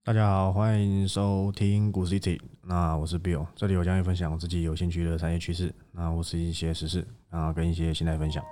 大家好，欢迎收听股 City。那我是 Bill，这里我将会分享自己有兴趣的产业趋势，那或是一些时事，跟一些心态分享。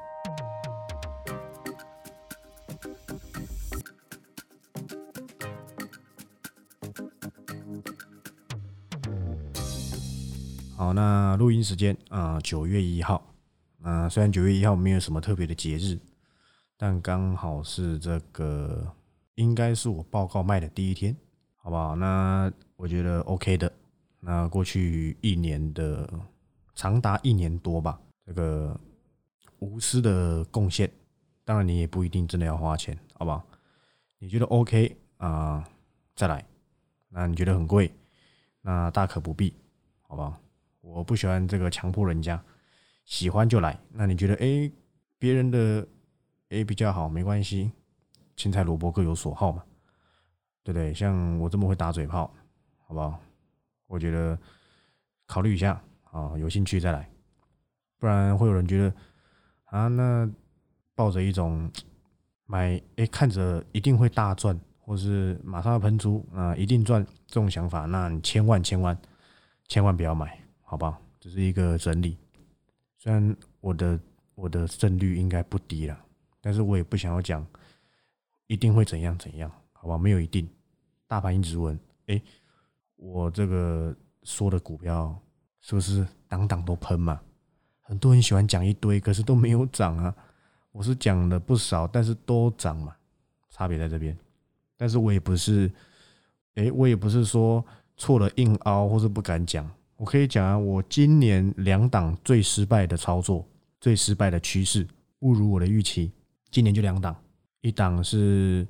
好，那录音时间9月1号。虽然9月1号没有什么特别的节日，但刚好是这个应该是我报告卖的第一天，好不好？那我觉得 OK 的。那过去一年的长达1年多吧，这个无私的贡献，当然你也不一定真的要花钱，好不好？你觉得 OK 再来。那你觉得很贵，那大可不必，好不好？我不喜欢这个强迫人家，喜欢就来。那你觉得别人的比较好，没关系，青菜萝卜各有所好嘛，对不对？像我这么会打嘴炮，好不好？我觉得考虑一下有兴趣再来，不然会有人觉得那抱着一种买看着一定会大赚，或是马上要喷出一定赚这种想法，那你千万不要买，好不好？这是一个真理。虽然我的胜率应该不低啦，但是我也不想要讲一定会怎样，好不好？没有一定，大盘一直稳，我这个说的股票是不是档档都喷嘛？很多人喜欢讲一堆，可是都没有涨啊。我是讲了不少，但是都涨嘛，差别在这边。但是我也不是说错了硬凹或是不敢讲。我可以讲我今年2档最失败的操作，最失败的趋势，不如我的预期。今年就2档，一档是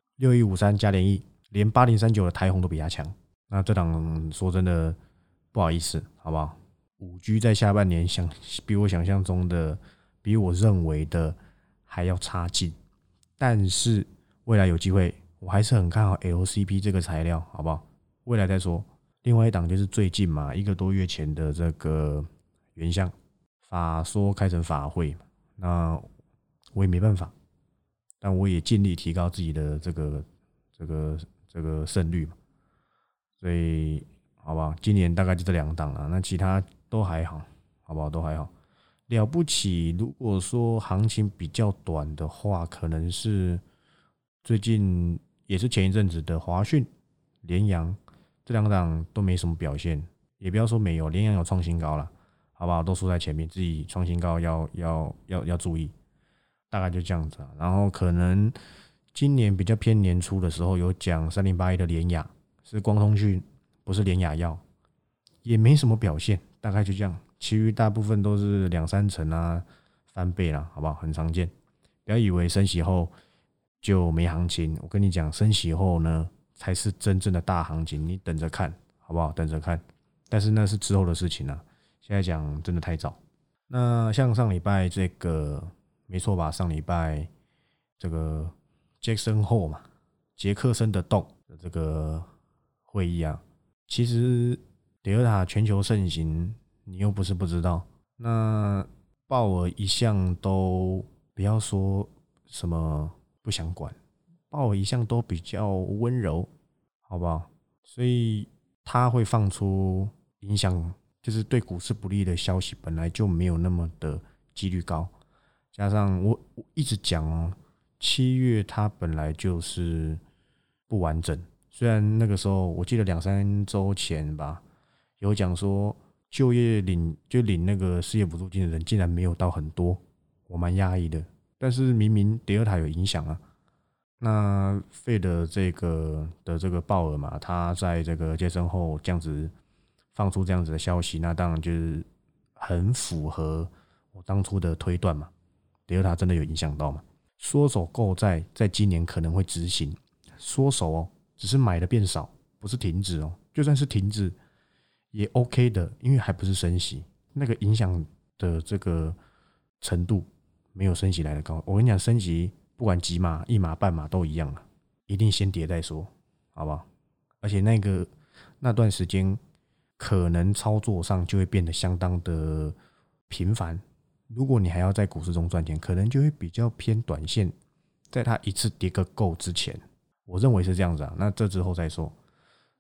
6153加联益，连8039的台宏都比它强。那这档说真的不好意思，好不好？5G 在下半年比我想象中的，比我认为的还要差劲。但是未来有机会，我还是很看好 LCP 这个材料，好不好？未来再说。另外一档就是最近嘛，1个多月前的这个原相法说开成法会，那我也没办法，但我也尽力提高自己的这个胜率嘛。所以好不好？今年大概就这2档啦，那其他都还好，好不好？都还好。了不起，如果说行情比较短的话，可能是最近也是前一阵子的华讯、联阳这2档都没什么表现，也不要说没有，联阳有创新高了，好不好？都输在前面，自己创新高要注意，大概就这样子啊。然后可能今年比较偏年初的时候有讲3081的联亚。是光通讯，不是联亚药，也没什么表现，大概就这样。其余大部分都是2-3成啊，翻倍啦，好不好？很常见。不要以为升息后就没行情，我跟你讲，升息后呢才是真正的大行情，你等着看，好不好？等着看。但是那是之后的事情啊，现在讲真的太早。那像上礼拜这个没错吧？上礼拜这个杰克森的洞的这个会议啊，其实德尔塔全球盛行，你又不是不知道。那鲍尔一向都不要说什么不想管，鲍尔一向都比较温柔，好不好？所以他会放出影响，就是对股市不利的消息，本来就没有那么的几率高。加上我一直讲7月它本来就是不完整。虽然那个时候我记得2-3周前吧，有讲说就业领那个失业补助金的人竟然没有到很多，我蛮压抑的。但是明明德尔塔有影响啊，那费的这个鲍尔嘛，他在这个接生后这样子放出这样子的消息，那当然就是很符合我当初的推断嘛。德尔塔真的有影响到嘛？缩手购债在今年可能会执行，缩手只是买的变少，不是停止就算是停止也 OK 的，因为还不是升息，那个影响的这个程度没有升息来的高。我跟你讲，升息不管几码、1码、半码都一样了，一定先跌再说，好不好？而且那段时间可能操作上就会变得相当的频繁。如果你还要在股市中赚钱，可能就会比较偏短线，在它一次跌个够之前。我认为是这样子啊，那这之后再说。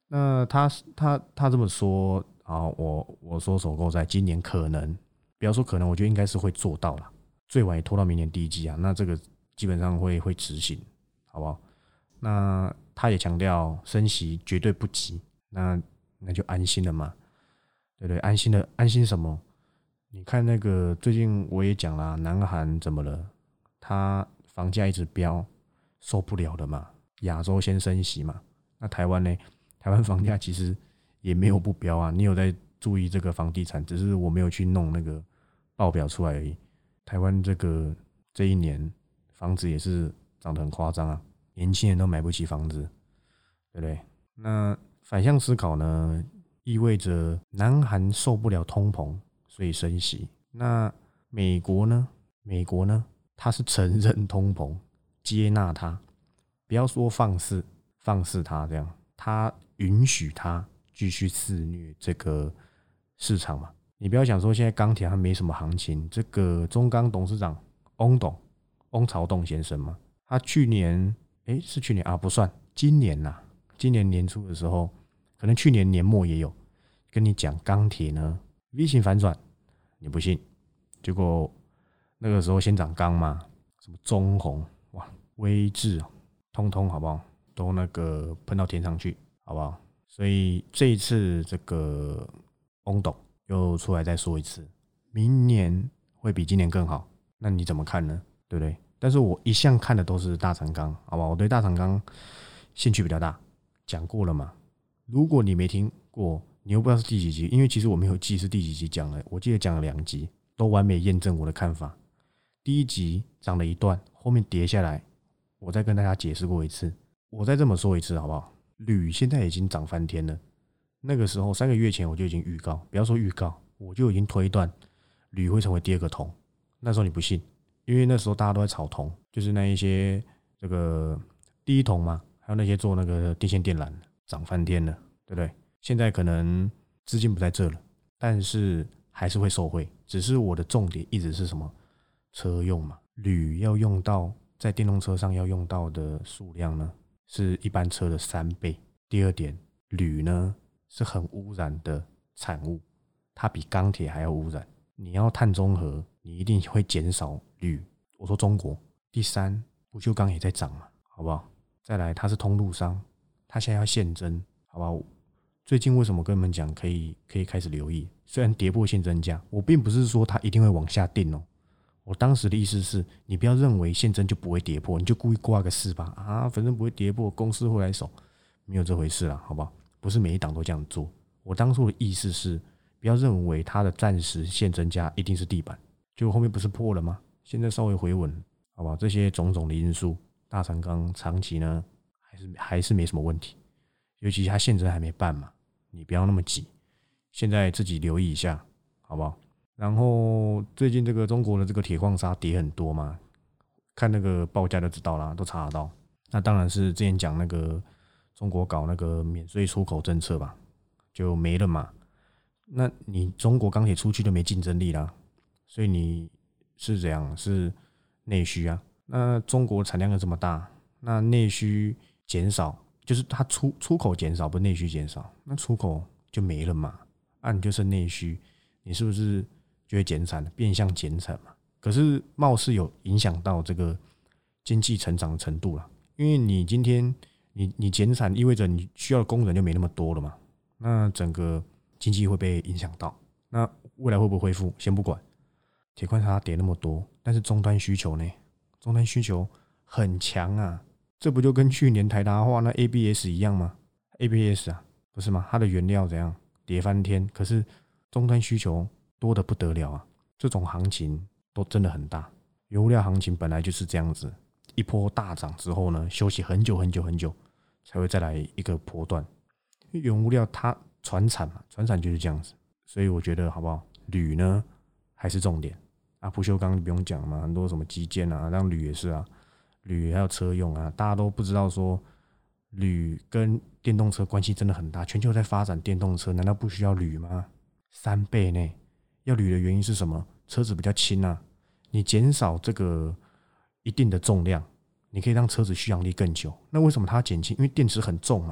那他这么说，好，我说首购在今年可能，不要说可能，我觉得应该是会做到了，最晚也拖到明年第一季啊。那这个基本上会执行，好不好？那他也强调升息绝对不急，那就安心了嘛，对不对？安心什么？你看那个最近我也讲啦，南韩怎么了？他房价一直飙，受不了了嘛。亚洲先升息嘛，那台湾呢？台湾房价其实也没有不飙啊，你有在注意这个房地产，只是我没有去弄那个报表出来而已。台湾这一年房子也是涨得很夸张啊，年轻人都买不起房子，对不对？那反向思考呢，意味着南韩受不了通膨，所以升息。那美国呢？它是承认通膨，接纳它，不要说放肆它这样，它允许它继续肆虐这个市场嘛。你不要想说现在钢铁还没什么行情，这个中钢董事长翁朝栋先生嘛，他去年是去年啊，不算，今年年初的时候，可能去年年末也有跟你讲钢铁呢 V 型反转，你不信，结果那个时候先涨钢嘛，什么中红哇、威致，通通好不好，都那个喷到天上去，好不好？所以这一次这个翁董又出来再说一次，明年会比今年更好，那你怎么看呢？对不对？但是我一向看的都是大成钢，好不好？我对大成钢兴趣比较大，讲过了嘛。如果你没听过，你又不知道是第几集，因为其实我没有记是第几集讲了，我记得讲了2集，都完美验证我的看法。第一集涨了一段，后面跌下来，我再跟大家解释过一次，我再这么说一次好不好？铝现在已经涨翻天了，那个时候3个月前我就已经预告，不要说预告，我就已经推断铝会成为第2个铜。那时候你不信，因为那时候大家都在炒铜，就是那一些这个第一铜嘛，还有那些做那个电线电缆涨翻天了，对不对？现在可能资金不在这了，但是还是会受惠，只是我的重点一直是什么？车用嘛，铝要用到在电动车上要用到的数量呢，是一般车的3倍。第二点，铝呢是很污染的产物，它比钢铁还要污染。你要碳中和，你一定会减少铝。我说中国。第三，不锈钢也在涨嘛，好不好？再来，它是通路商，它现在要现增，好不好？最近为什么跟你们讲可以开始留意？虽然跌破现增价，我并不是说它一定会往下定哦。我当时的意思是，你不要认为现增就不会跌破，你就故意挂个4吧啊，反正不会跌破，公司会来守，没有这回事啦，好不好？不是每一档都这样做。我当初的意思是，不要认为它的暂时现增价一定是地板，结果后面不是破了吗？现在稍微回稳，好不好？这些种种的因素，大成钢长期呢还是没什么问题，尤其它现增还没办嘛，你不要那么急，现在自己留意一下，好不好？然后最近这个中国的这个铁矿砂跌很多嘛，看那个报价就知道啦，都查得到。那当然是之前讲那个中国搞那个免税出口政策吧，就没了嘛。那你中国钢铁出去就没竞争力啦，所以你是怎样？是内需啊。那中国产量又这么大，那内需减少，就是它出口减少，不是内需减少，那出口就没了嘛。你就剩内需，你是不是就会减产了，变相减产嘛？可是貌似有影响到这个经济成长的程度啦，因为你今天你减产，意味着你需要的工人就没那么多了嘛，那整个经济会被影响到。那未来会不会恢复，先不管。铁矿砂跌那么多，但是终端需求呢？终端需求很强啊，这不就跟去年台达化那 ABS 一样吗 ？ABS 啊，不是吗？它的原料怎样跌翻天，可是终端需求多得不得了啊！这种行情都真的很大，原物料行情本来就是这样子，一波大涨之后呢，休息很久才会再来一个波段。因为原物料它传产嘛，传产就是这样子，所以我觉得好不好？铝呢还是重点啊，不锈钢不用讲嘛，很多什么基建啊，让铝也是啊，铝还有车用啊，大家都不知道说铝跟电动车关系真的很大，全球在发展电动车，难道不需要铝吗？3倍呢？要铝的原因是什么？车子比较轻啊，你减少这个一定的重量，你可以让车子续航力更久。那为什么它要减轻？因为电池很重嘛，好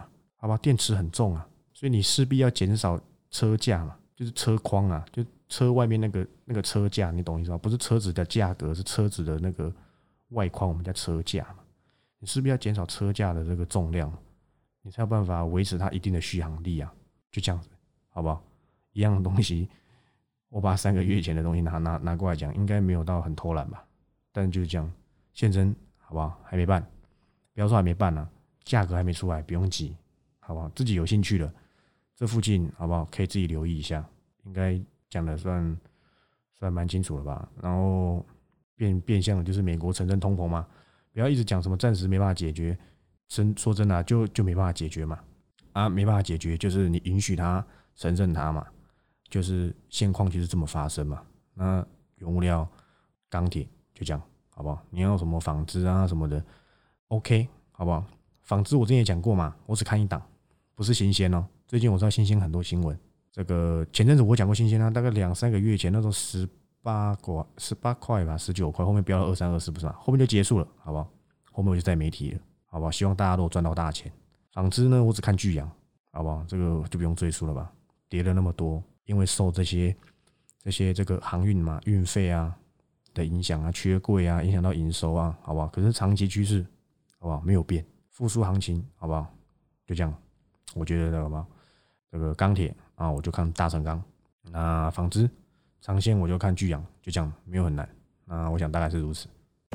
好吧？电池很重啊，所以你势必要减少车架嘛，就是车框啊，就车外面那个车架，你懂意思吗？不是车子的价格，是车子的那个外框，我们叫车架嘛。你势必要减少车架的这个重量，你才有办法维持它一定的续航力啊。就这样子，好不好？一样的东西，我把3个月前的东西拿过来讲，应该没有到很偷懒吧？但就是这样，现真好不好？还没办，不要说还没办啊，价格还没出来，不用急，好不好？自己有兴趣的，这附近好不好？可以自己留意一下，应该讲的算蛮清楚了吧？然后变相的就是美国承认通膨嘛，不要一直讲什么暂时没办法解决，说真的就没办法解决嘛。啊，没办法解决，就是你允许他承认他嘛，就是现况就是这么发生嘛。那原物料、钢铁就这样，好不好？你要什么纺织啊什么的 ，OK， 好不好？纺织我之前也讲过嘛，我只看一档，不是新鲜哦。最近我知道新鲜很多新闻，这个前阵子我讲过新鲜啊，大概2-3个月前那时候18块吧，19块，后面飙到23、24不是吗？后面就结束了，好不好？后面我就在媒体了，好不好？希望大家都有赚到大钱。纺织呢，我只看巨阳，好不好？这个就不用赘述了吧？跌了那么多，因为受这些这个航运嘛、运费啊的影响啊，缺柜啊，影响到营收啊，好不好？可是长期趋势，好不好？没有变，复苏行情，好不好？就这样，我觉得好不好？这个钢铁啊，我就看大成钢；那纺织长线我就看巨阳，就这样，没有很难。那我想大概是如此。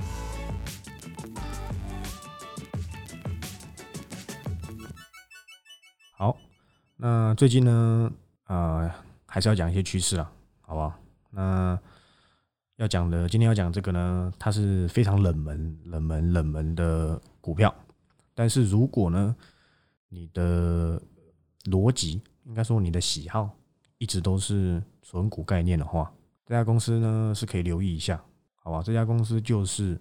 好，那最近呢，还是要讲一些趋势啊，好不好？那今天要讲这个呢，它是非常冷门的股票，但是如果呢，你的逻辑应该说你的喜好一直都是存股概念的话，这家公司呢是可以留意一下，好吧？这家公司就是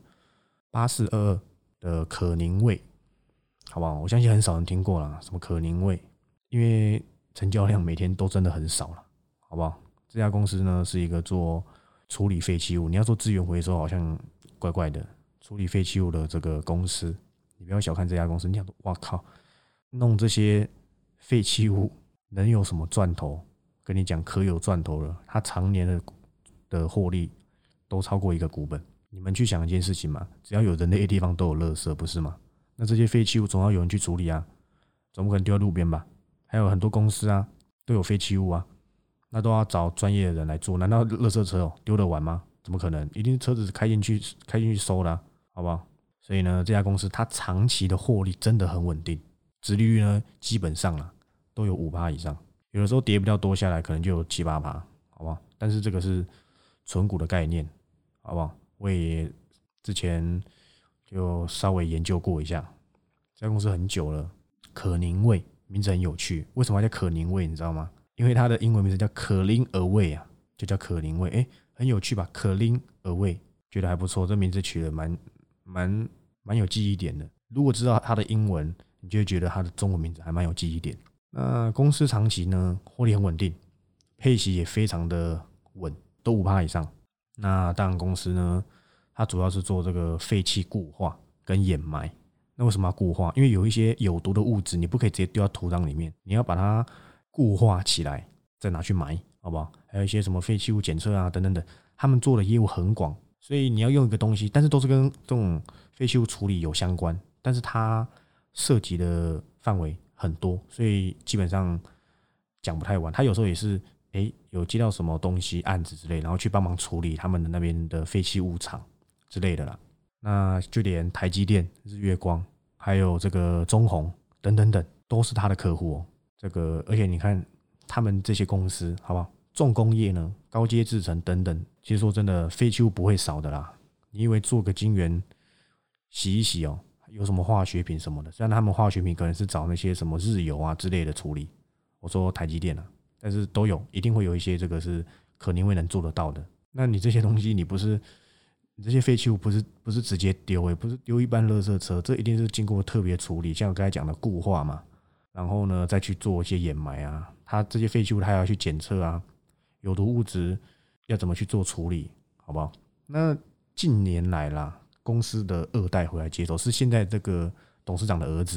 8422的可宁味，好不好？我相信很少人听过啦，什么可宁味。因为成交量每天都真的很少了，好不好？这家公司呢是一个做处理废弃物，你要做资源回收好像怪怪的，处理废弃物的这个公司，你不要小看这家公司。你想说，哇靠，弄这些废弃物能有什么赚头？跟你讲，可有赚头了，它常年的获利都超过1个股本。你们去想一件事情嘛，只要有人类的地方都有垃圾，不是吗？那这些废弃物总要有人去处理啊，总不可能丢在路边吧？还有很多公司啊，都有废弃物啊，那都要找专业的人来做。难道垃圾车丢得完吗？怎么可能？一定是车子开进去收啦，好不好？所以呢，这家公司它长期的获利真的很稳定，殖利率呢基本上啦都有5%以上，有的时候跌比较多下来，可能就有7-8%，好不好？但是这个是存股的概念，好不好？我也之前就稍微研究过一下，这家公司很久了，可宁味。名字很有趣，为什么叫可宁味？你知道吗？因为它的英文名字叫可拎而味啊，就叫可宁味。很有趣吧？可拎而味，觉得还不错，这名字取得蛮有记忆点的。如果知道它的英文，你就会觉得它的中文名字还蛮有记忆点。那公司长期呢，获利很稳定，配息也非常的稳，都5%以上。那当然，公司呢，它主要是做这个废气固化跟掩埋。那为什么要固化？因为有一些有毒的物质，你不可以直接丢到土壤里面，你要把它固化起来，再拿去埋，好不好？还有一些什么废弃物检测啊，等等等，他们做的业务很广，所以你要用一个东西，但是都是跟这种废弃物处理有相关，但是它涉及的范围很多，所以基本上讲不太完。他有时候也是，有接到什么东西案子之类，然后去帮忙处理他们的那边的废弃物厂之类的啦。那就连台积电、日月光，还有这个中鸿等等等，都是他的客户哦。这个，而且你看他们这些公司，好不好？重工业呢，高阶制程等等，其实说真的，废弃物不会少的啦。你以为做个晶圆洗一洗哦，有什么化学品什么的？虽然他们化学品可能是找那些什么日油啊之类的处理，我说台积电啊，但是都有，一定会有一些这个是可能会能做得到的。那你这些东西，你这些废弃物不是直接丢，也不是丢一般垃圾车，这一定是经过特别处理，像我刚才讲的固化嘛，然后呢再去做一些掩埋啊，它这些废弃物它要去检测啊，有毒物质要怎么去做处理，好不好？那近年来啦，公司的2代回来接手，是现在这个董事长的儿子。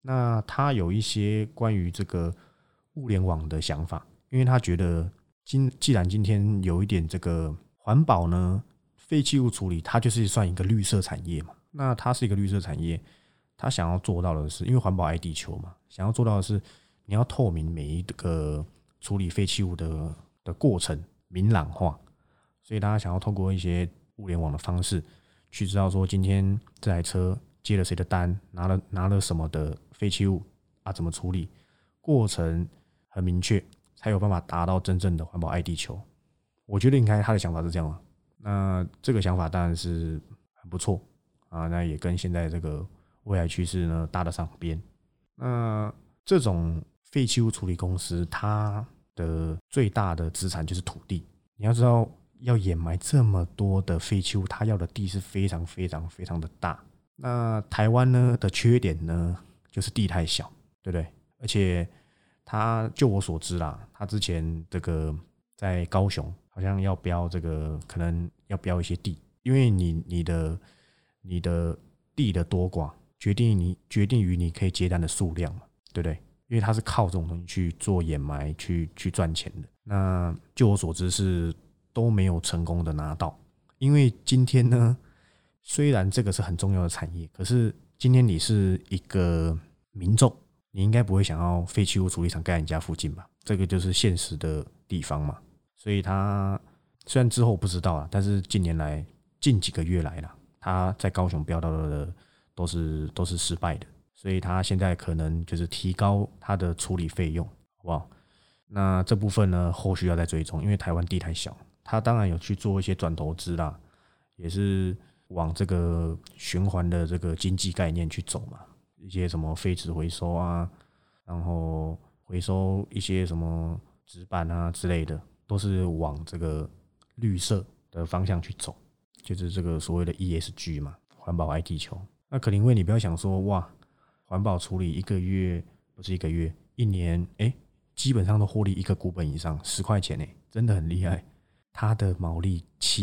那他有一些关于这个物联网的想法，因为他觉得既然今天有一点这个环保呢，废弃物处理它就是算一个绿色产业嘛。那它是一个绿色产业，他想要做到的是，因为环保爱地球嘛，想要做到的是你要透明每一个处理废弃物的过程明朗化，所以大家想要透过一些物联网的方式去知道说今天这台车接了谁的单，拿了什么的废弃物啊，怎么处理，过程很明确，才有办法达到真正的环保爱地球。我觉得应该他的想法是这样嘛。那这个想法当然是很不错啊，那也跟现在这个未来趋势呢搭得上边。那这种废弃物处理公司，它的最大的资产就是土地。你要知道，要掩埋这么多的废弃物，它要的地是非常非常非常的大。那台湾呢的缺点呢，就是地太小，对不对？而且他就我所知啦，他之前这个在高雄好像要标这个，可能要标一些地，因为你的地的多寡决定于你可以接单的数量嘛，对不对？因为它是靠这种东西去做掩埋去赚钱的。那就我所知是都没有成功的拿到，因为今天呢，虽然这个是很重要的产业，可是今天你是一个民众，你应该不会想要废弃物处理厂盖你家附近吧？这个就是现实的地方嘛。所以他虽然之后不知道啊，但是近几个月来啦，他在高雄标到的都是失败的，所以他现在可能就是提高他的处理费用，好不好？那这部分呢，后续要再追踪，因为台湾地太小，他当然有去做一些转投资啦，也是往这个循环的这个经济概念去走嘛，一些什么废纸回收啊，然后回收一些什么纸板啊之类的，都是往这个绿色的方向去走，就是这个所谓的 ESG 嘛，环保爱地球。那可林卫，你不要想说哇，环保处理一年，基本上都获利一个股本以上，10块钱真的很厉害。它的毛利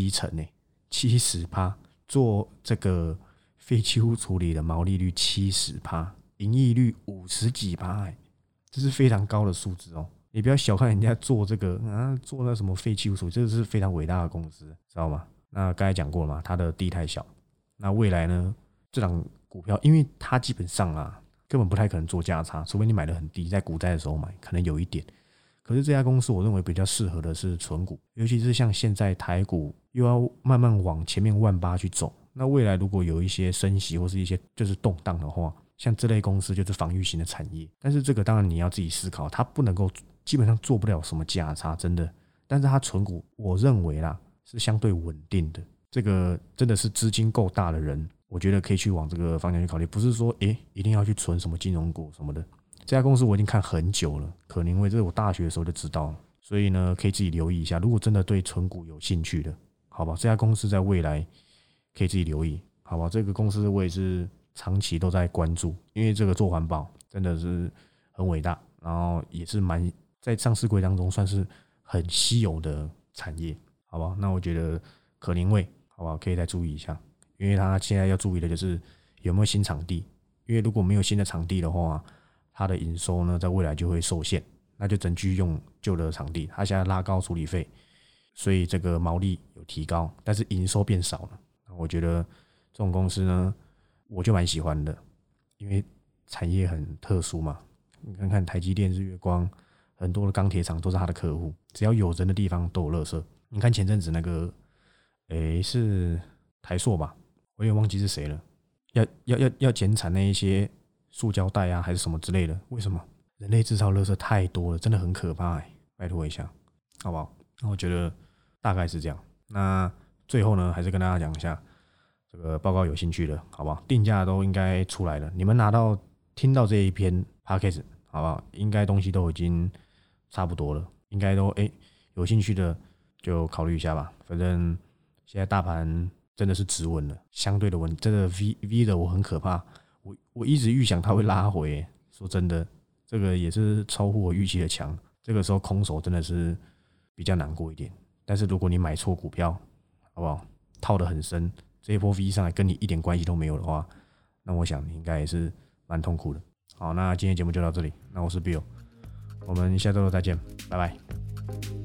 70%70%，做这个废弃物处理的毛利率70%，盈利率50几%，这是非常高的数字哦。你不要小看人家做这个做那什么废弃物处理，这是非常伟大的公司，知道吗？那刚才讲过了嘛，它的地太小。那未来呢，这档股票，因为它基本上根本不太可能做价差，除非你买得很低，在股灾的时候买，可能有一点。可是这家公司我认为比较适合的是存股，尤其是像现在台股又要慢慢往前面18000去走，那未来如果有一些升息或是一些就是动荡的话，像这类公司就是防御型的产业。但是这个当然你要自己思考，它不能够基本上做不了什么价差，真的。但是它存股，我认为啦是相对稳定的。这个真的是资金够大的人，我觉得可以去往这个方向去考虑，不是说一定要去存什么金融股什么的。这家公司我已经看很久了，可能因为这是我大学的时候就知道了，所以呢可以自己留意一下。如果真的对存股有兴趣的，好吧，这家公司在未来可以自己留意，好吧。这个公司我也是长期都在关注，因为这个做环保真的是很伟大，然后也是在上市柜当中算是很稀有的产业，好吧。那我觉得可宁味，好吧，可以再注意一下，因为他现在要注意的就是有没有新场地，因为如果没有新的场地的话，它的营收呢在未来就会受限，那就整居用旧的场地，它现在拉高处理费，所以这个毛利有提高，但是营收变少了。我觉得这种公司呢，我就蛮喜欢的，因为产业很特殊嘛。你看看台积电、日月光，很多的钢铁厂都是他的客户，只要有人的地方都有垃圾。你看前阵子那个，是台塑吧，我也忘记是谁了，要减产那一些塑胶袋啊，还是什么之类的？为什么？人类制造垃圾太多了，真的很可怕拜托一下，好不好？那我觉得大概是这样。那最后呢，还是跟大家讲一下这个报告，有兴趣的，好不好？定价都应该出来了，你们听到这一篇 podcast， 好不好？应该东西都已经差不多了，应该都有兴趣的就考虑一下吧。反正现在大盘真的是止稳了，相对的稳，这个 V 的我很可怕。我一直预想它会拉回，说真的，这个也是超乎我预期的强。这个时候空手真的是比较难过一点。但是如果你买错股票，好不好？套得很深，这一波 V 上来跟你一点关系都没有的话，那我想你应该也是蛮痛苦的。 好，那今天节目就到这里，那我是 Bill，我们下周再见，拜拜。